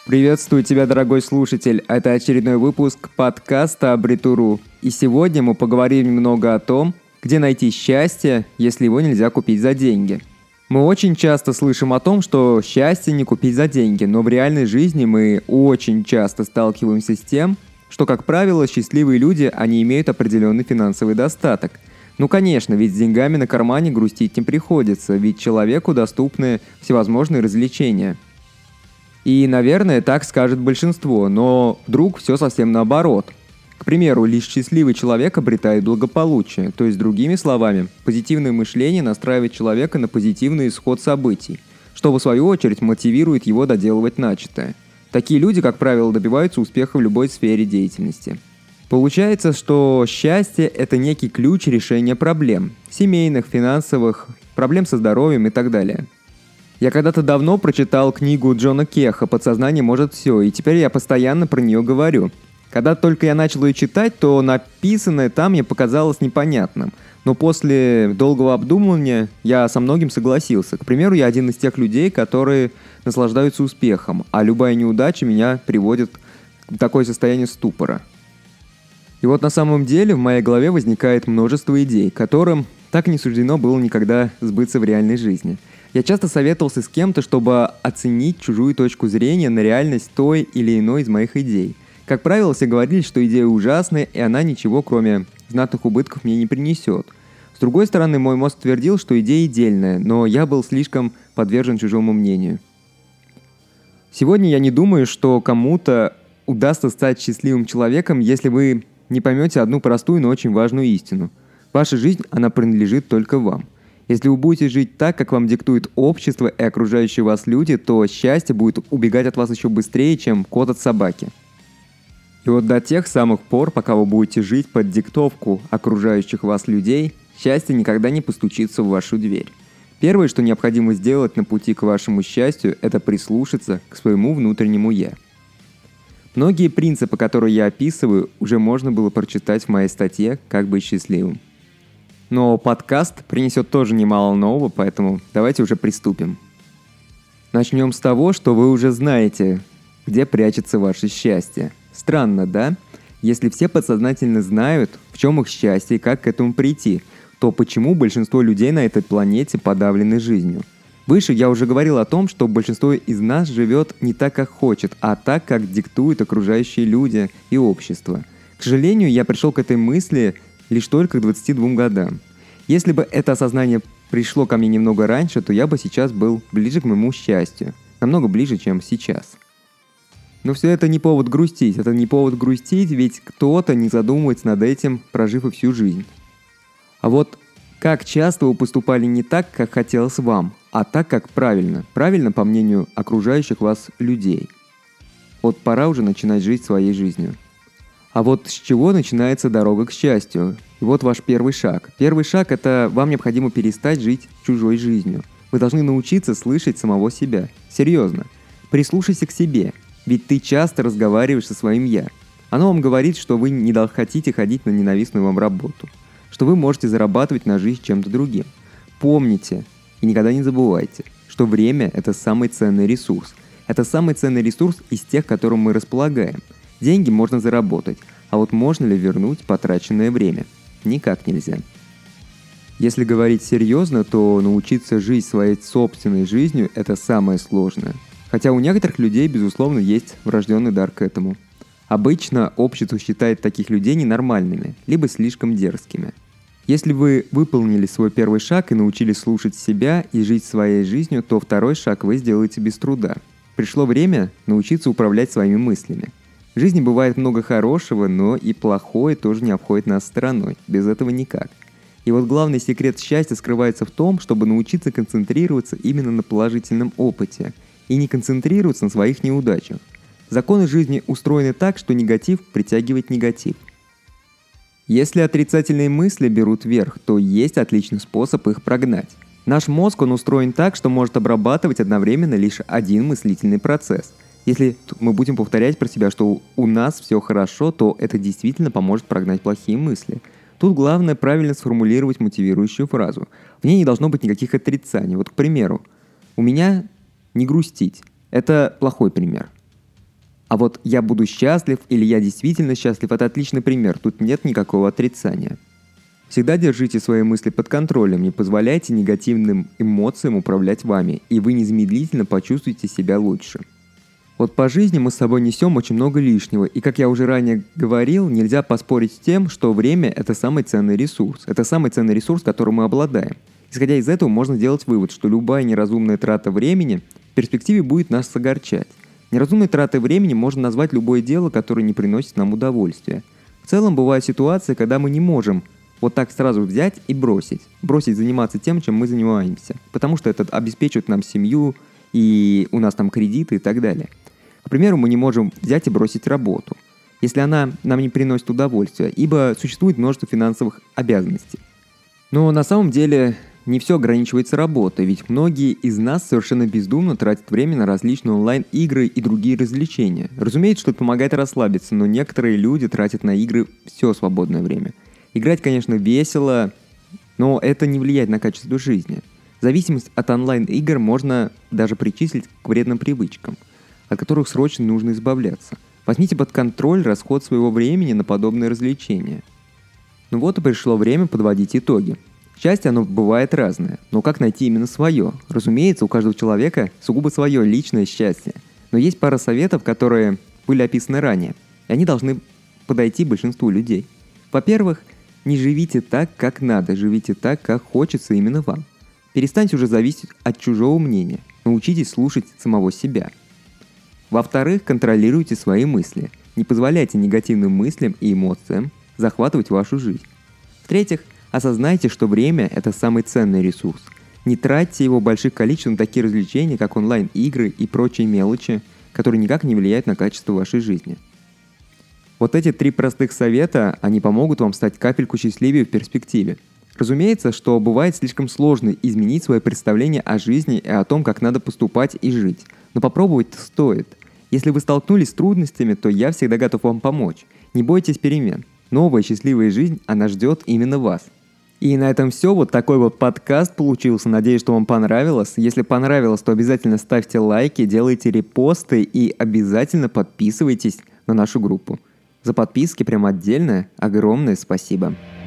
Приветствую тебя, дорогой слушатель. Это очередной выпуск подкаста Абритуру. И сегодня мы поговорим немного о том, где найти счастье, если его нельзя купить за деньги. Мы очень часто слышим о том, что счастье не купить за деньги, но в реальной жизни мы очень часто сталкиваемся с тем, что, как правило, счастливые люди, они имеют определенный финансовый достаток. Ну, конечно, ведь с деньгами на кармане грустить не приходится, ведь человеку доступны всевозможные развлечения. И, наверное, так скажет большинство, но вдруг все совсем наоборот. К примеру, лишь счастливый человек обретает благополучие, то есть, другими словами, позитивное мышление настраивает человека на позитивный исход событий, что, в свою очередь, мотивирует его доделывать начатое. Такие люди, как правило, добиваются успеха в любой сфере деятельности. Получается, что счастье – это некий ключ решения проблем – семейных, финансовых, проблем со здоровьем и так далее. Я когда-то давно прочитал книгу Джона Кеха «Подсознание может все», и теперь я постоянно про нее говорю. Когда только я начал ее читать, то написанное там мне показалось непонятным. Но после долгого обдумывания я со многим согласился. К примеру, я один из тех людей, которые наслаждаются успехом, а любая неудача меня приводит в такое состояние ступора. И вот на самом деле в моей голове возникает множество идей, которым так не суждено было никогда сбыться в реальной жизни. Я часто советовался с кем-то, чтобы оценить чужую точку зрения на реальность той или иной из моих идей. Как правило, все говорили, что идея ужасная, и она ничего, кроме знатных убытков, мне не принесет. С другой стороны, мой мозг твердил, что идея идеальная, но я был слишком подвержен чужому мнению. Сегодня я не думаю, что кому-то удастся стать счастливым человеком, если вы не поймете одну простую, но очень важную истину. Ваша жизнь, она принадлежит только вам. Если вы будете жить так, как вам диктует общество и окружающие вас люди, то счастье будет убегать от вас еще быстрее, чем кот от собаки. И вот до тех самых пор, пока вы будете жить под диктовку окружающих вас людей, счастье никогда не постучится в вашу дверь. Первое, что необходимо сделать на пути к вашему счастью, это прислушаться к своему внутреннему «я». Многие принципы, которые я описываю, уже можно было прочитать в моей статье «Как быть счастливым». Но подкаст принесет тоже немало нового, поэтому давайте уже приступим. Начнем с того, что вы уже знаете, где прячется ваше счастье. Странно, да? Если все подсознательно знают, в чем их счастье и как к этому прийти, то почему большинство людей на этой планете подавлены жизнью? Выше я уже говорил о том, что большинство из нас живет не так, как хочет, а так, как диктуют окружающие люди и общество. К сожалению, я пришел к этой мысли лишь только к 22 годам. Если бы это осознание пришло ко мне немного раньше, то я бы сейчас был ближе к моему счастью. Намного ближе, чем сейчас. Но все это не повод грустить. Это не повод грустить, ведь кто-то не задумывается над этим, прожив и всю жизнь. А вот как часто вы поступали не так, как хотелось вам, а так, как правильно. Правильно, по мнению окружающих вас людей. Вот пора уже начинать жить своей жизнью. А вот с чего начинается дорога к счастью? И вот ваш первый шаг. Первый шаг – это вам необходимо перестать жить чужой жизнью. Вы должны научиться слышать самого себя. Серьезно. Прислушайся к себе. Ведь ты часто разговариваешь со своим «я». Оно вам говорит, что вы не хотите ходить на ненавистную вам работу. Что вы можете зарабатывать на жизнь чем-то другим. Помните и никогда не забывайте, что время – это самый ценный ресурс. Это самый ценный ресурс из тех, которым мы располагаем. Деньги можно заработать, а вот можно ли вернуть потраченное время? Никак нельзя. Если говорить серьезно, то научиться жить своей собственной жизнью – это самое сложное. Хотя у некоторых людей, безусловно, есть врожденный дар к этому. Обычно общество считает таких людей ненормальными, либо слишком дерзкими. Если вы выполнили свой первый шаг и научились слушать себя и жить своей жизнью, то второй шаг вы сделаете без труда. Пришло время научиться управлять своими мыслями. В жизни бывает много хорошего, но и плохое тоже не обходит нас стороной. Без этого никак. И вот главный секрет счастья скрывается в том, чтобы научиться концентрироваться именно на положительном опыте и не концентрироваться на своих неудачах. Законы жизни устроены так, что негатив притягивает негатив. Если отрицательные мысли берут верх, то есть отличный способ их прогнать. Наш мозг, он устроен так, что может обрабатывать одновременно лишь один мыслительный процесс. Если мы будем повторять про себя, что у нас все хорошо, то это действительно поможет прогнать плохие мысли. Тут главное правильно сформулировать мотивирующую фразу. В ней не должно быть никаких отрицаний. Вот, к примеру, у меня не грустить. Это плохой пример. А вот «я буду счастлив» или «я действительно счастлив» — это отличный пример, тут нет никакого отрицания. Всегда держите свои мысли под контролем, не позволяйте негативным эмоциям управлять вами, и вы незамедлительно почувствуете себя лучше. Вот по жизни мы с собой несем очень много лишнего, и, как я уже ранее говорил, нельзя поспорить с тем, что время – это самый ценный ресурс. Это самый ценный ресурс, которым мы обладаем. Исходя из этого, можно сделать вывод, что любая неразумная трата времени в перспективе будет нас огорчать. Неразумной тратой времени можно назвать любое дело, которое не приносит нам удовольствия. В целом, бывают ситуации, когда мы не можем вот так сразу взять и бросить. Бросить заниматься тем, чем мы занимаемся. Потому что это обеспечивает нам семью, и у нас там кредиты и так далее. К примеру, мы не можем взять и бросить работу, если она нам не приносит удовольствия, ибо существует множество финансовых обязанностей. Но на самом деле не все ограничивается работой, ведь многие из нас совершенно бездумно тратят время на различные онлайн-игры и другие развлечения. Разумеется, что это помогает расслабиться, но некоторые люди тратят на игры все свободное время. Играть, конечно, весело, но это не влияет на качество жизни. Зависимость от онлайн-игр можно даже причислить к вредным привычкам, от которых срочно нужно избавляться. Возьмите под контроль расход своего времени на подобные развлечения. Ну вот и пришло время подводить итоги. Счастье, оно бывает разное, но как найти именно свое? Разумеется, у каждого человека сугубо свое личное счастье. Но есть пара советов, которые были описаны ранее, и они должны подойти большинству людей. Во-первых, не живите так, как надо, живите так, как хочется именно вам. Перестаньте уже зависеть от чужого мнения, научитесь слушать самого себя. Во-вторых, контролируйте свои мысли, не позволяйте негативным мыслям и эмоциям захватывать вашу жизнь. В-третьих, осознайте, что время – это самый ценный ресурс. Не тратьте его в больших количествах на такие развлечения, как онлайн-игры и прочие мелочи, которые никак не влияют на качество вашей жизни. Вот эти 3 простых совета, они помогут вам стать капельку счастливее в перспективе. Разумеется, что бывает слишком сложно изменить свое представление о жизни и о том, как надо поступать и жить. Но попробовать стоит. Если вы столкнулись с трудностями, то я всегда готов вам помочь. Не бойтесь перемен. Новая счастливая жизнь, она ждет именно вас. И на этом все. Вот такой вот подкаст получился. Надеюсь, что вам понравилось. Если понравилось, то обязательно ставьте лайки, делайте репосты и обязательно подписывайтесь на нашу группу. За подписки прям отдельное огромное спасибо.